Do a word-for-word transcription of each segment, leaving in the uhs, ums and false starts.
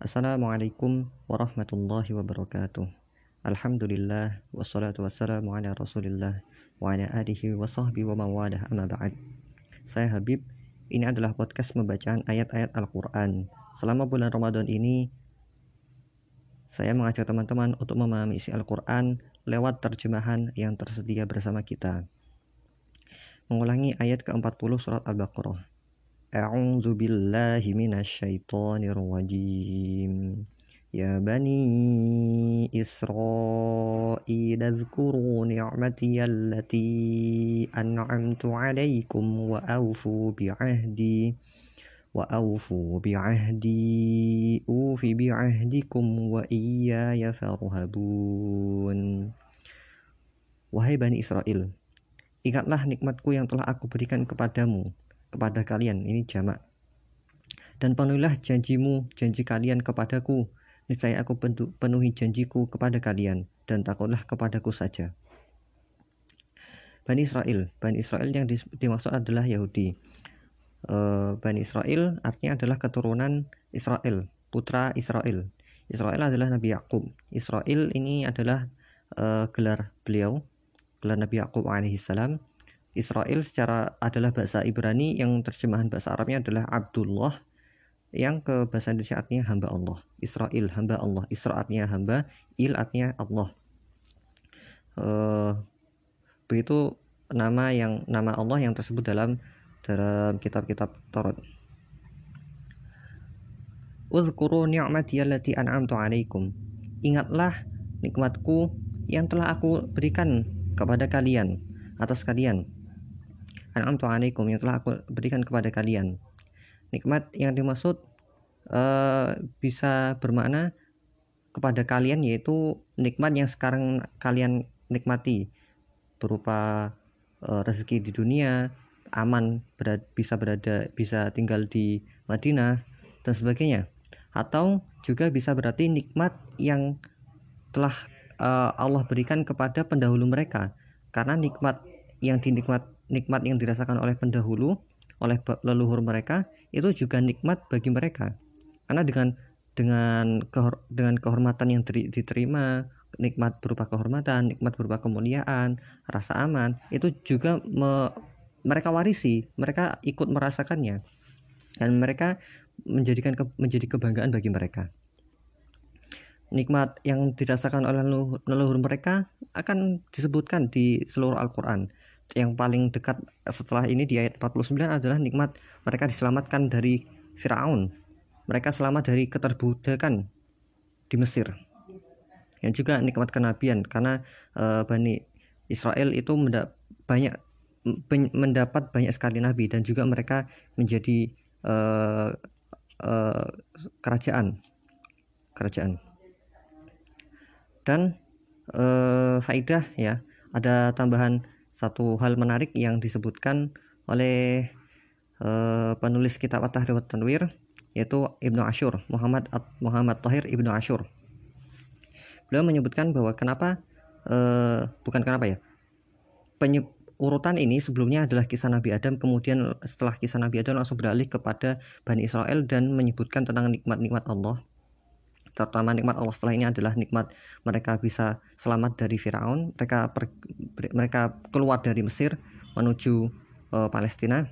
Assalamualaikum warahmatullahi wabarakatuh. Alhamdulillah wassalatu wassalamu ala Rasulillah wa ala alihi wa sahbihi wa mawalah, amma ba'd. Saya Habib. Ini adalah podcast pembacaan ayat-ayat Al-Qur'an. Selama bulan Ramadan ini saya mengajak teman-teman untuk memahami isi Al-Qur'an lewat terjemahan yang tersedia bersama kita. Mengulangi ayat ke empat puluh surat Al-Baqarah. A'udzu billahi minasyaitonir rajim. Ya bani Israil adhkuru ni'mati allati an'amtu 'alaikum wa awfu bi'ahdi wa awfu bi'ahdi ufi bi'ahdikum wa iyaya farhabun. Wahai Bani Israel, ingatlah nikmatku yang telah aku berikan kepadamu, kepada kalian, ini jamak. Dan penuhilah janjimu, janji kalian kepadaku. Niscaya aku penuhi janjiku kepada kalian, dan takutlah kepadaku saja. Bani Israel, Bani Israel yang dimaksud adalah Yahudi. E, Bani Israel artinya adalah keturunan Israel, putra Israel. Israel adalah Nabi Yakub. Israel ini adalah e, gelar beliau, gelar Nabi Yakub alaihissalam. Israel secara adalah bahasa Ibrani, yang terjemahan bahasa Arabnya adalah Abdullah, yang ke bahasa Indonesia artinya hamba Allah. Israel, hamba Allah. Isra artinya hamba, il artinya Allah. Uh, begitu nama yang nama Allah yang tersebut dalam dalam kitab-kitab Taurat. Uzkuru ni'mati allati an'amtu 'alaikum. Ingatlah nikmatku yang telah aku berikan kepada kalian, atas kalian. An'amtu 'alaikum, yang telah aku berikan kepada kalian. Nikmat yang dimaksud uh, bisa bermakna kepada kalian, yaitu nikmat yang sekarang kalian nikmati, berupa uh, rezeki di dunia, aman, berada, bisa berada bisa tinggal di Madinah dan sebagainya. Atau juga bisa berarti nikmat yang telah uh, Allah berikan kepada pendahulu mereka, karena nikmat yang dinikmat nikmat yang dirasakan oleh pendahulu, oleh leluhur mereka, itu juga nikmat bagi mereka. Karena dengan dengan kehor, dengan kehormatan yang diterima, nikmat berupa kehormatan, nikmat berupa kemuliaan, rasa aman, itu juga me, mereka warisi, mereka ikut merasakannya, dan mereka menjadikan ke, menjadi kebanggaan bagi mereka. Nikmat yang dirasakan oleh leluhur mereka akan disebutkan di seluruh Al-Quran. Yang paling dekat setelah ini di ayat empat puluh sembilan adalah nikmat mereka diselamatkan dari Firaun. Mereka selamat dari keterbudakan di Mesir. Yang juga nikmat kenabian, karena e, Bani Israel itu mendap, banyak ben, mendapat banyak sekali nabi, dan juga mereka menjadi e, e, kerajaan kerajaan. Dan e, faidah ya, ada tambahan satu hal menarik yang disebutkan oleh uh, penulis kitab At-Tahrir wa Tanwir, yaitu Ibnu Ashur, Muhammad Muhammad Thahir Ibnu Ashur. Beliau menyebutkan bahwa kenapa uh, bukan kenapa ya Penye, urutan ini sebelumnya adalah kisah Nabi Adam, kemudian setelah kisah Nabi Adam langsung beralih kepada Bani Israel dan menyebutkan tentang nikmat-nikmat Allah. Terutama nikmat Allah setelah ini adalah nikmat mereka bisa selamat dari Firaun, mereka per, mereka keluar dari Mesir menuju uh, Palestina.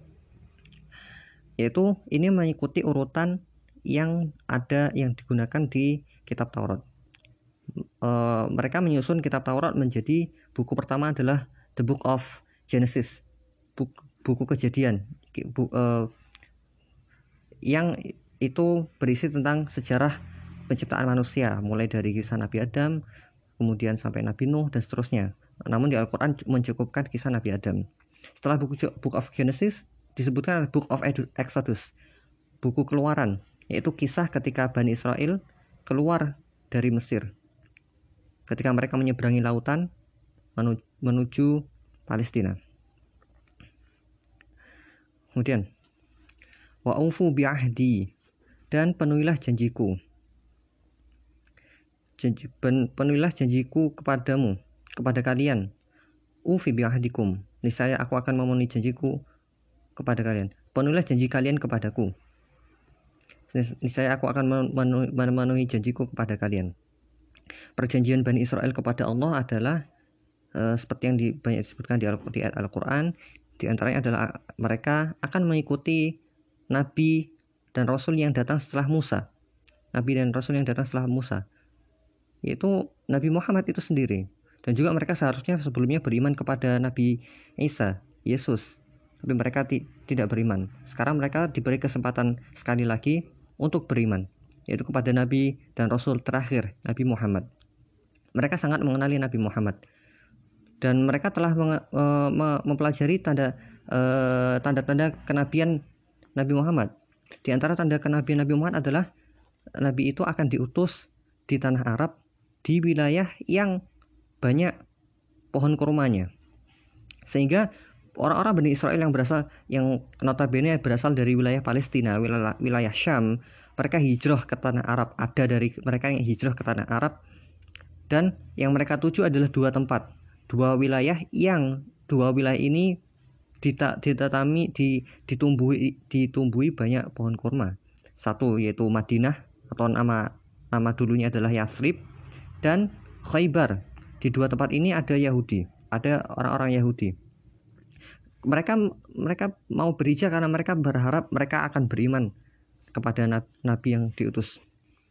Yaitu ini mengikuti urutan yang ada yang digunakan di kitab Taurat. Uh, mereka menyusun kitab Taurat menjadi buku pertama adalah The Book of Genesis, buku, buku kejadian, bu, uh, yang itu berisi tentang sejarah penciptaan manusia, mulai dari kisah Nabi Adam, kemudian sampai Nabi Nuh dan seterusnya. Namun di Al-Quran mencukupkan kisah Nabi Adam. Setelah buku Book of Genesis disebutkan Book of Exodus, buku keluaran, yaitu kisah ketika Bani Israel keluar dari Mesir, ketika mereka menyeberangi lautan menuju Palestina. Kemudian wa aufu bi'ahdi, dan penuhilah janjiku. Janji, penuhilah janjiku kepadamu, kepada kalian. Ufi bi'ahdikum, niscaya aku akan memenuhi janjiku kepada kalian. Penuhilah janji kalian kepadaku. niscaya aku akan memenuhi, memenuhi janjiku kepada kalian. Perjanjian Bani Israel kepada Allah adalah uh, seperti yang di, banyak disebutkan di, Al, di Al-Quran. Di antaranya adalah mereka akan mengikuti Nabi dan Rasul yang datang setelah Musa. Nabi dan Rasul yang datang setelah Musa, yaitu Nabi Muhammad itu sendiri. Dan juga mereka seharusnya sebelumnya beriman kepada Nabi Isa, Yesus, tapi mereka ti- tidak beriman. Sekarang mereka diberi kesempatan sekali lagi untuk beriman, yaitu kepada Nabi dan Rasul terakhir, Nabi Muhammad. Mereka sangat mengenali Nabi Muhammad, dan mereka telah menge- uh, mempelajari tanda uh, tanda-tanda kenabian Nabi Muhammad. Di antara tanda kenabian Nabi Muhammad adalah Nabi itu akan diutus di tanah Arab, di wilayah yang banyak pohon kurmanya, sehingga orang-orang Bani Israel yang berasal yang notabene berasal dari wilayah Palestina, wilayah, wilayah Syam, mereka hijrah ke tanah Arab. Ada dari mereka yang hijrah ke tanah Arab, dan yang mereka tuju adalah dua tempat, dua wilayah yang dua wilayah ini ditatami, ditumbuhi, ditumbuhi banyak pohon kurma. Satu yaitu Madinah, atau nama nama dulunya adalah Yathrib, dan Khaybar. Di dua tempat ini ada Yahudi, ada orang-orang Yahudi. Mereka mereka mau berhijrah karena mereka berharap mereka akan beriman kepada Nabi yang diutus.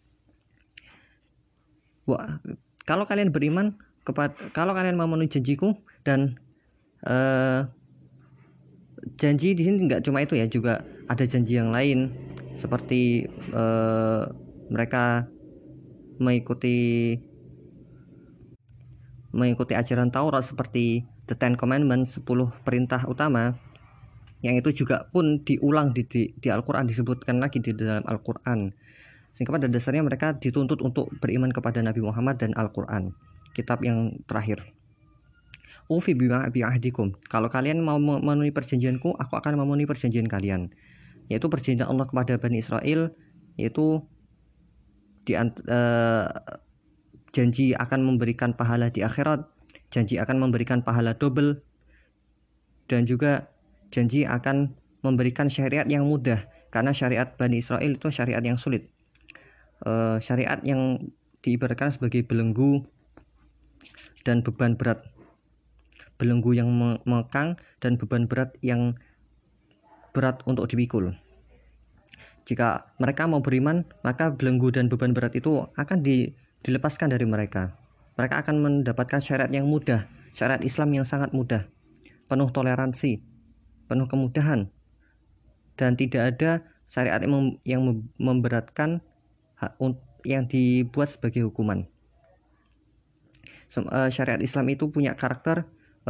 Wah, kalau kalian beriman kepada, kalau kalian memenuhi janjiku, dan uh, janji di sini nggak cuma itu ya, juga ada janji yang lain seperti uh, mereka mengikuti mengikuti ajaran Taurat seperti The Ten Commandments, sepuluh perintah utama, yang itu juga pun diulang di, di, di Al-Quran, disebutkan lagi di dalam Al-Quran, sehingga pada dasarnya mereka dituntut untuk beriman kepada Nabi Muhammad dan Al-Quran, kitab yang terakhir. Ufi bi'ahdikum, kalau kalian mau memenuhi perjanjianku, aku akan memenuhi perjanjian kalian, yaitu perjanjian Allah kepada Bani Israel, yaitu di, uh, janji akan memberikan pahala di akhirat, janji akan memberikan pahala double, dan juga janji akan memberikan syariat yang mudah, karena syariat Bani Israel itu syariat yang sulit, uh, syariat yang diibaratkan sebagai belenggu dan beban berat, belenggu yang mengekang dan beban berat yang berat untuk dipikul. Jika mereka mau beriman, maka belenggu dan beban berat itu akan di dilepaskan dari mereka. Mereka akan mendapatkan syariat yang mudah, syariat Islam yang sangat mudah, penuh toleransi, penuh kemudahan, dan tidak ada syariat yang memberatkan yang dibuat sebagai hukuman. Syariat Islam itu punya karakter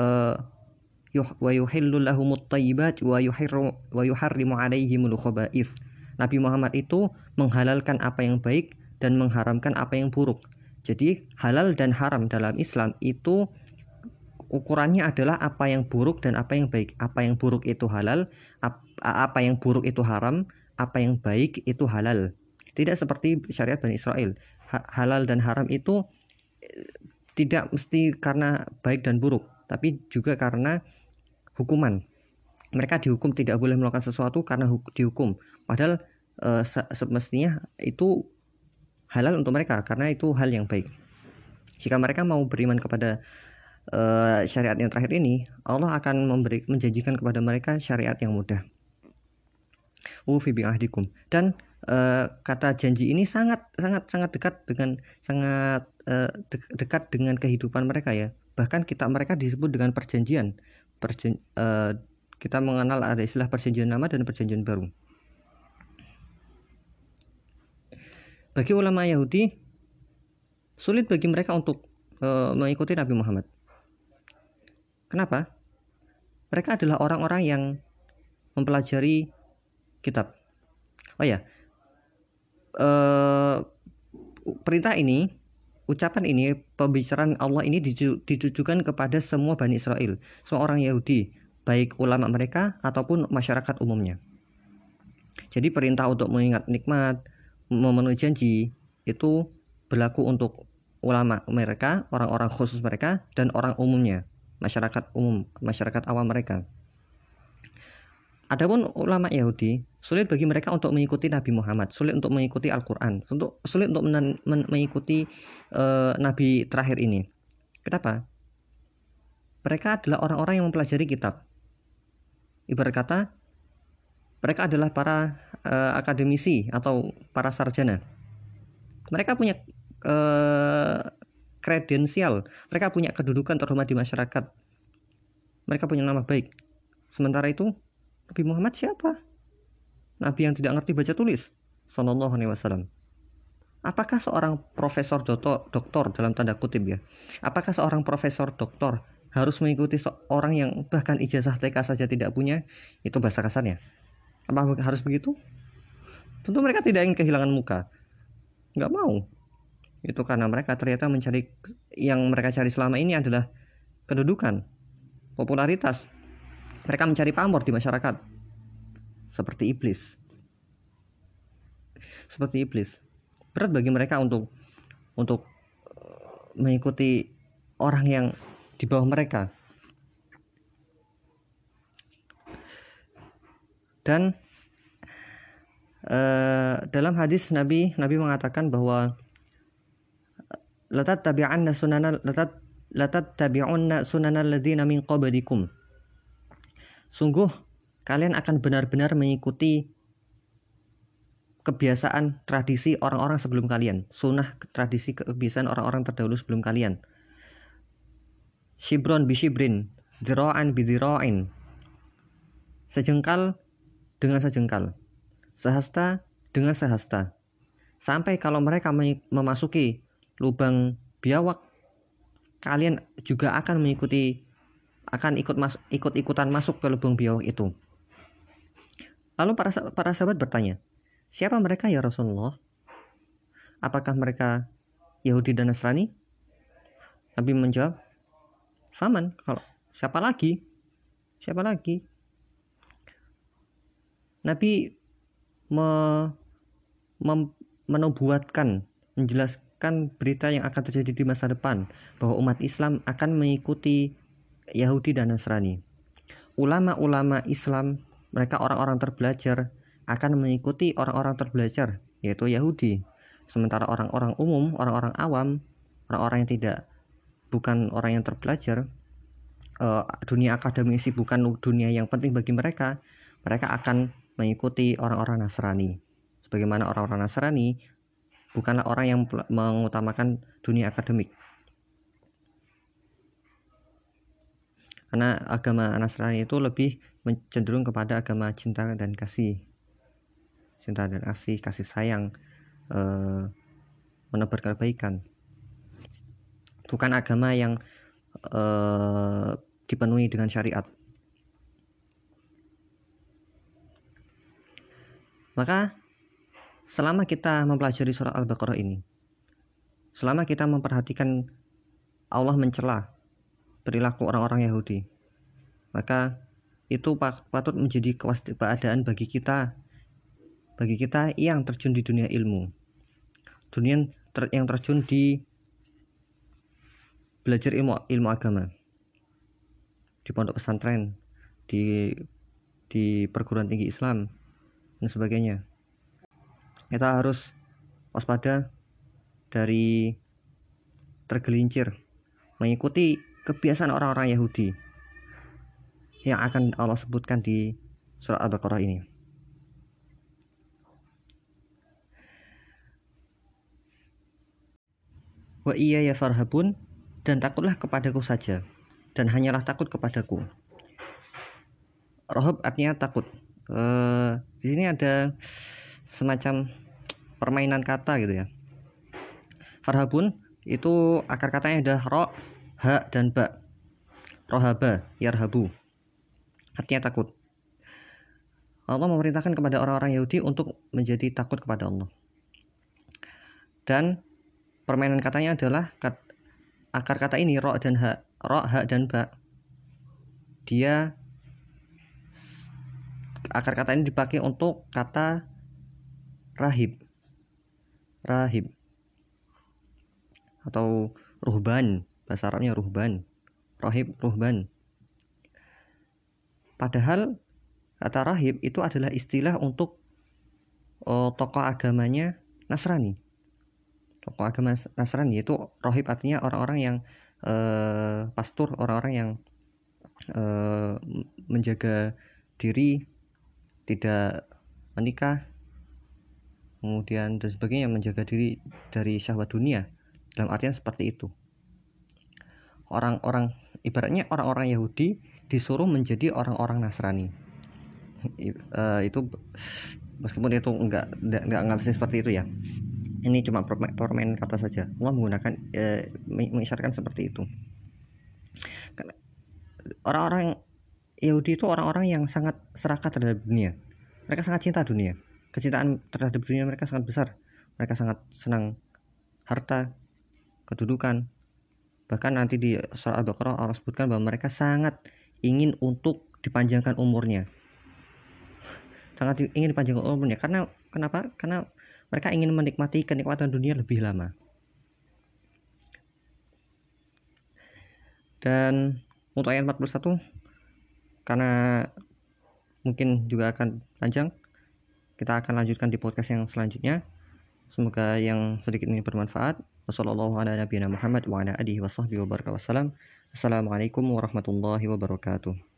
wa yuhillu lahumut thayyibat wa yuharrimu alaihimul khaba'ith. Nabi Muhammad itu menghalalkan apa yang baik dan mengharamkan apa yang buruk. Jadi halal dan haram dalam Islam itu ukurannya adalah apa yang buruk dan apa yang baik. Apa yang buruk itu halal, apa yang buruk itu haram, apa yang baik itu halal. Tidak seperti syariat Bani Israel. Halal dan haram itu tidak mesti karena baik dan buruk, tapi juga karena hukuman. Mereka dihukum tidak boleh melakukan sesuatu karena dihukum. Padahal e, semestinya itu halal untuk mereka karena itu hal yang baik. Jika mereka mau beriman kepada uh, syariat yang terakhir ini, Allah akan memberi, menjanjikan kepada mereka syariat yang mudah. Ufi bi'ahdikum. Dan uh, kata janji ini sangat sangat sangat dekat dengan sangat uh, de- dekat dengan kehidupan mereka ya. Bahkan kita mereka disebut dengan perjanjian. Perjan, uh, kita mengenal ada istilah perjanjian lama dan perjanjian baru. Bagi ulama Yahudi, sulit bagi mereka untuk uh, mengikuti Nabi Muhammad. Kenapa? Mereka adalah orang-orang yang mempelajari kitab. Oh ya, uh, perintah ini, ucapan ini, pembicaraan Allah ini ditujukan kepada semua Bani Israel, semua orang Yahudi, baik ulama mereka ataupun masyarakat umumnya. Jadi perintah untuk mengingat nikmat, memenuhi janji itu berlaku untuk ulama mereka, orang-orang khusus mereka, dan orang umumnya, masyarakat umum, masyarakat awam mereka. Adapun ulama Yahudi Sulit bagi mereka untuk mengikuti Nabi Muhammad, sulit untuk mengikuti Al-Quran, untuk sulit untuk men- men- mengikuti uh, Nabi terakhir ini. Kenapa? Mereka adalah orang-orang yang mempelajari kitab. Ibarat kata, mereka adalah para uh, akademisi atau para sarjana. Mereka punya uh, kredensial, mereka punya kedudukan terhormat di masyarakat. Mereka punya nama baik. Sementara itu, Nabi Muhammad siapa? Nabi yang tidak ngerti baca tulis, sallallahu alaihi wasallam. Apakah seorang profesor doktor, doktor dalam tanda kutip ya? Apakah seorang profesor doktor harus mengikuti seorang yang bahkan ijazah T K saja tidak punya? Itu bahasa kasarnya. Apa harus begitu? Tentu mereka tidak ingin kehilangan muka. Nggak mau. Itu karena mereka ternyata mencari, yang mereka cari selama ini adalah kedudukan, popularitas. Mereka mencari pamor di masyarakat. Seperti iblis. Seperti iblis. Berat bagi mereka untuk untuk mengikuti orang yang di bawah mereka. Dan uh, dalam hadis Nabi Nabi mengatakan bahwa latat tabi'anna sunanal latat latat tabi'unna sunanal ladzina min qablikum. Sungguh kalian akan benar-benar mengikuti kebiasaan tradisi orang-orang sebelum kalian, sunnah tradisi kebiasaan orang-orang terdahulu sebelum kalian. Shibron bi shibrin, dzira'an bi dzira'in. Sejengkal dengan sejengkal, sehasta dengan sehasta. Sampai kalau mereka memasuki lubang biawak, kalian juga akan mengikuti, akan ikut mas, ikut-ikutan masuk ke lubang biawak itu. Lalu para para sahabat bertanya, siapa mereka ya Rasulullah? Apakah mereka Yahudi dan Nasrani? Nabi menjawab, Faman, kalau siapa lagi? Siapa lagi? Nabi me, mem, menubuatkan, menjelaskan berita yang akan terjadi di masa depan, bahwa umat Islam akan mengikuti Yahudi dan Nasrani. Ulama-ulama Islam, mereka orang-orang terpelajar, akan mengikuti orang-orang terbelajar, yaitu Yahudi. Sementara orang-orang umum, orang-orang awam, orang-orang yang tidak, bukan orang yang terpelajar, uh, dunia akademisi bukan dunia yang penting bagi mereka, mereka akan mengikuti orang-orang Nasrani. Sebagaimana orang-orang Nasrani bukanlah orang yang mengutamakan dunia akademik. Karena agama Nasrani itu lebih cenderung kepada agama cinta dan kasih. Cinta dan kasih, kasih sayang, eh, menebar kebaikan. Bukan agama yang eh, dipenuhi dengan syariat. Maka selama kita mempelajari surah Al-Baqarah ini, selama kita memperhatikan Allah mencela perilaku orang-orang Yahudi, maka itu patut menjadi kewaspadaan bagi kita, bagi kita yang terjun di dunia ilmu, dunia ter, yang terjun di belajar ilmu ilmu agama, di pondok pesantren, di di perguruan tinggi Islam dan sebagainya. Kita harus waspada dari tergelincir mengikuti kebiasaan orang-orang Yahudi yang akan Allah sebutkan di surah Al-Baqarah ini. Wa iya ya farhabun, dan takutlah kepadaku saja, dan hanyalah takut kepadaku. Rohab artinya takut. Uh, di sini ada semacam permainan kata gitu ya. Farhabun itu akar katanya adalah ro, ha, dan ba. Rohaba, yarhabu, artinya takut. Allah memerintahkan kepada orang-orang Yahudi untuk menjadi takut kepada Allah. Dan permainan katanya adalah kat, akar kata ini ro dan ha, ro, ha, dan ba. Dia akar kata ini dipakai untuk kata rahib, rahib atau ruhban, bahasa Arabnya ruhban, rahib, ruhban. Padahal Kata rahib itu adalah istilah untuk uh, tokoh agamanya Nasrani. Tokoh agama Nasrani itu rahib artinya orang-orang yang uh, pastur, orang-orang yang uh, menjaga diri, tidak menikah, kemudian dan sebagainya, menjaga diri dari syahwat dunia. Dalam artian seperti itu. Orang-orang ibaratnya orang-orang Yahudi disuruh menjadi orang-orang Nasrani. Uh, itu meskipun itu enggak enggak, enggak, enggak mesti seperti itu ya. Ini cuma permainan kata saja. Allah menggunakan uh, mengisyaratkan seperti itu. Orang-orang Yahudi itu orang-orang yang sangat serakah terhadap dunia. Mereka sangat cinta dunia. Kecintaan terhadap dunia mereka sangat besar. Mereka sangat senang harta, kedudukan. Bahkan nanti di surah Al-Baqarah Allah sebutkan bahwa mereka sangat ingin untuk dipanjangkan umurnya. Sangat ingin dipanjangkan umurnya. Karena kenapa? Karena mereka ingin menikmati kenikmatan dunia lebih lama. Dan untuk ayat empat puluh satu, karena mungkin juga akan panjang, kita akan lanjutkan di podcast yang selanjutnya. Semoga yang sedikit ini bermanfaat. Wassalamualaikum warahmatullahi wabarakatuh.